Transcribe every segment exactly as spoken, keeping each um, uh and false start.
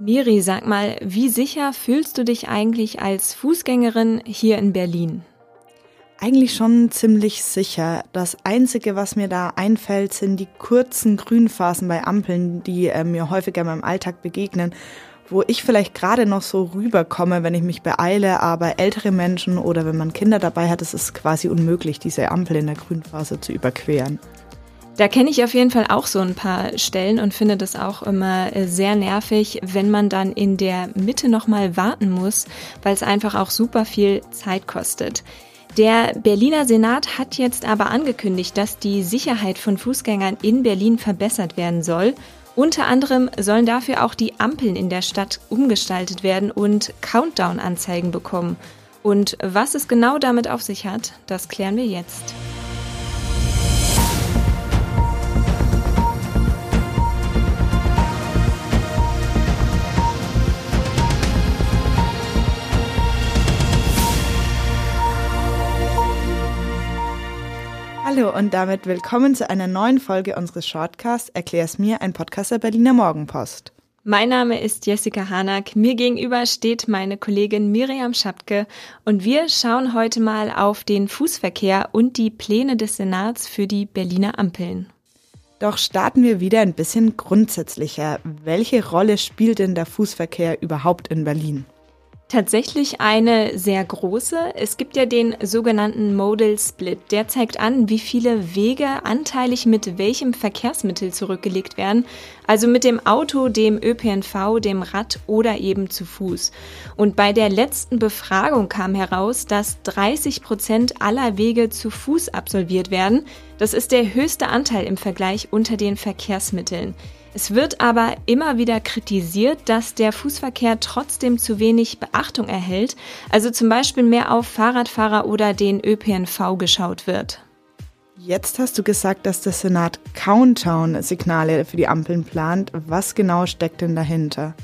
Miri, sag mal, wie sicher fühlst du dich eigentlich als Fußgängerin hier in Berlin? Eigentlich schon ziemlich sicher. Das Einzige, was mir da einfällt, sind die kurzen Grünphasen bei Ampeln, die äh, mir häufiger in meinem Alltag begegnen, wo ich vielleicht gerade noch so rüberkomme, wenn ich mich beeile, aber ältere Menschen oder wenn man Kinder dabei hat, ist es quasi unmöglich, diese Ampel in der Grünphase zu überqueren. Da kenne ich auf jeden Fall auch so ein paar Stellen und finde das auch immer sehr nervig, wenn man dann in der Mitte nochmal warten muss, weil es einfach auch super viel Zeit kostet. Der Berliner Senat hat jetzt aber angekündigt, dass die Sicherheit von Fußgängern in Berlin verbessert werden soll. Unter anderem sollen dafür auch die Ampeln in der Stadt umgestaltet werden und Countdown-Anzeigen bekommen. Und was es genau damit auf sich hat, das klären wir jetzt. Hallo und damit willkommen zu einer neuen Folge unseres Shortcasts Erklär's mir, ein Podcast der Berliner Morgenpost. Mein Name ist Jessica Hanack, mir gegenüber steht meine Kollegin Miriam Schapke und wir schauen heute mal auf den Fußverkehr und die Pläne des Senats für die Berliner Ampeln. Doch starten wir wieder ein bisschen grundsätzlicher. Welche Rolle spielt denn der Fußverkehr überhaupt in Berlin? Tatsächlich eine sehr große. Es gibt ja den sogenannten Modal Split. Der zeigt an, wie viele Wege anteilig mit welchem Verkehrsmittel zurückgelegt werden. Also mit dem Auto, dem Ö P N V, dem Rad oder eben zu Fuß. Und bei der letzten Befragung kam heraus, dass dreißig Prozent aller Wege zu Fuß absolviert werden. Das ist der höchste Anteil im Vergleich unter den Verkehrsmitteln. Es wird aber immer wieder kritisiert, dass der Fußverkehr trotzdem zu wenig Beachtung erhält, also zum Beispiel mehr auf Fahrradfahrer oder den Ö P N V geschaut wird. Jetzt hast du gesagt, dass der Senat Countdown-Signale für die Ampeln plant. Was genau steckt denn dahinter?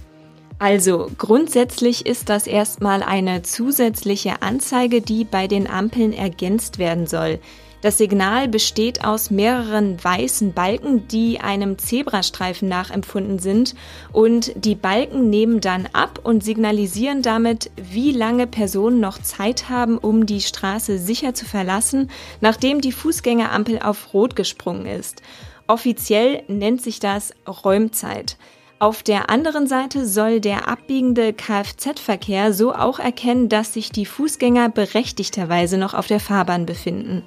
Also grundsätzlich ist das erstmal eine zusätzliche Anzeige, die bei den Ampeln ergänzt werden soll. Das Signal besteht aus mehreren weißen Balken, die einem Zebrastreifen nachempfunden sind und die Balken nehmen dann ab und signalisieren damit, wie lange Personen noch Zeit haben, um die Straße sicher zu verlassen, nachdem die Fußgängerampel auf Rot gesprungen ist. Offiziell nennt sich das Räumzeit. Auf der anderen Seite soll der abbiegende Kfz-Verkehr so auch erkennen, dass sich die Fußgänger berechtigterweise noch auf der Fahrbahn befinden.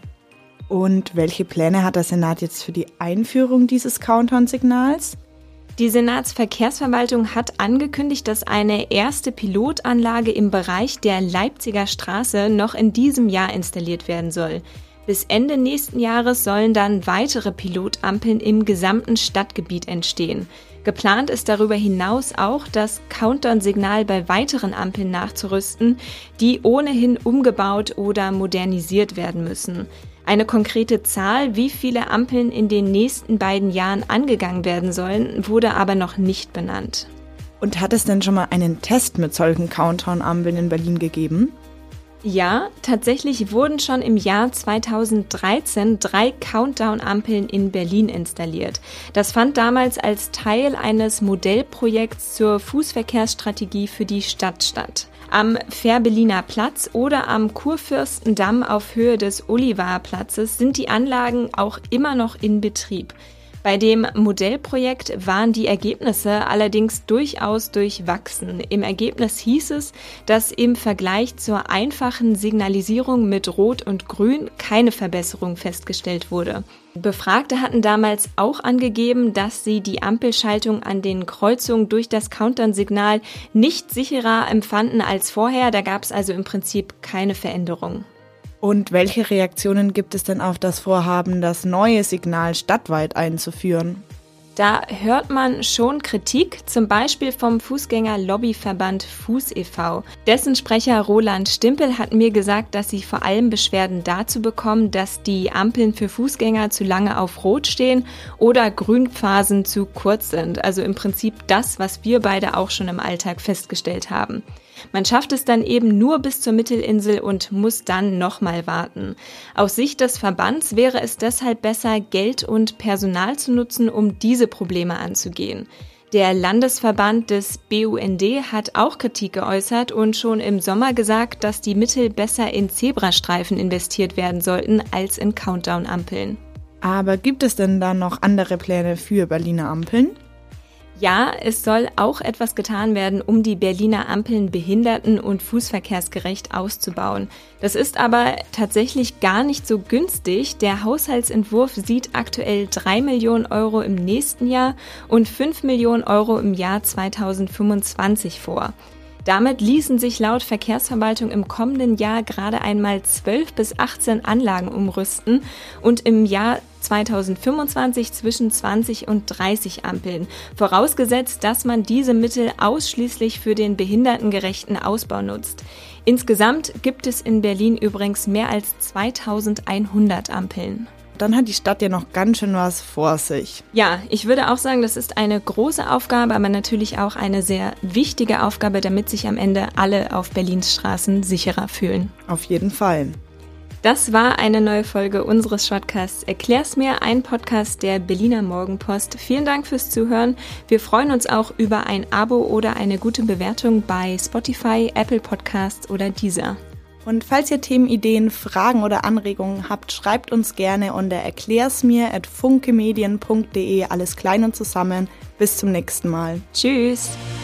Und welche Pläne hat der Senat jetzt für die Einführung dieses Countdown-Signals? Die Senatsverkehrsverwaltung hat angekündigt, dass eine erste Pilotanlage im Bereich der Leipziger Straße noch in diesem Jahr installiert werden soll. Bis Ende nächsten Jahres sollen dann weitere Pilotampeln im gesamten Stadtgebiet entstehen. Geplant ist darüber hinaus auch, das Countdown-Signal bei weiteren Ampeln nachzurüsten, die ohnehin umgebaut oder modernisiert werden müssen. Eine konkrete Zahl, wie viele Ampeln in den nächsten beiden Jahren angegangen werden sollen, wurde aber noch nicht benannt. Und hat es denn schon mal einen Test mit solchen Countdown-Ampeln in Berlin gegeben? Ja, tatsächlich wurden schon im Jahr zweitausenddreizehn drei Countdown-Ampeln in Berlin installiert. Das fand damals als Teil eines Modellprojekts zur Fußverkehrsstrategie für die Stadt statt. Am Fährberliner Platz oder am Kurfürstendamm auf Höhe des Olivarplatzes sind die Anlagen auch immer noch in Betrieb. Bei dem Modellprojekt waren die Ergebnisse allerdings durchaus durchwachsen. Im Ergebnis hieß es, dass im Vergleich zur einfachen Signalisierung mit Rot und Grün keine Verbesserung festgestellt wurde. Befragte hatten damals auch angegeben, dass sie die Ampelschaltung an den Kreuzungen durch das Countdown-Signal nicht sicherer empfanden als vorher. Da gab es also im Prinzip keine Veränderung. Und welche Reaktionen gibt es denn auf das Vorhaben, das neue Signal stadtweit einzuführen? Da hört man schon Kritik, zum Beispiel vom Fußgänger-Lobbyverband Fuß e V Dessen Sprecher Roland Stimpel hat mir gesagt, dass sie vor allem Beschwerden dazu bekommen, dass die Ampeln für Fußgänger zu lange auf Rot stehen oder Grünphasen zu kurz sind. Also im Prinzip das, was wir beide auch schon im Alltag festgestellt haben. Man schafft es dann eben nur bis zur Mittelinsel und muss dann nochmal warten. Aus Sicht des Verbands wäre es deshalb besser, Geld und Personal zu nutzen, um diese Probleme anzugehen. Der Landesverband des B U N D hat auch Kritik geäußert und schon im Sommer gesagt, dass die Mittel besser in Zebrastreifen investiert werden sollten als in Countdown-Ampeln. Aber gibt es denn da noch andere Pläne für Berliner Ampeln? Ja, es soll auch etwas getan werden, um die Berliner Ampeln behinderten- und fußverkehrsgerecht auszubauen. Das ist aber tatsächlich gar nicht so günstig. Der Haushaltsentwurf sieht aktuell drei Millionen Euro im nächsten Jahr und fünf Millionen Euro im Jahr zweitausendfünfundzwanzig vor. Damit ließen sich laut Verkehrsverwaltung im kommenden Jahr gerade einmal zwölf bis achtzehn Anlagen umrüsten und im Jahr zweitausendfünfundzwanzig zwischen zwanzig und dreißig Ampeln, vorausgesetzt, dass man diese Mittel ausschließlich für den behindertengerechten Ausbau nutzt. Insgesamt gibt es in Berlin übrigens mehr als zweitausendeinhundert Ampeln. Dann hat die Stadt ja noch ganz schön was vor sich. Ja, ich würde auch sagen, das ist eine große Aufgabe, aber natürlich auch eine sehr wichtige Aufgabe, damit sich am Ende alle auf Berlins Straßen sicherer fühlen. Auf jeden Fall. Das war eine neue Folge unseres Shortcasts Erklär's mir, ein Podcast der Berliner Morgenpost. Vielen Dank fürs Zuhören. Wir freuen uns auch über ein Abo oder eine gute Bewertung bei Spotify, Apple Podcasts oder Deezer. Und falls ihr Themenideen, Fragen oder Anregungen habt, schreibt uns gerne unter erklärsmir at funkemedien punkt de, alles klein und zusammen. Bis zum nächsten Mal. Tschüss!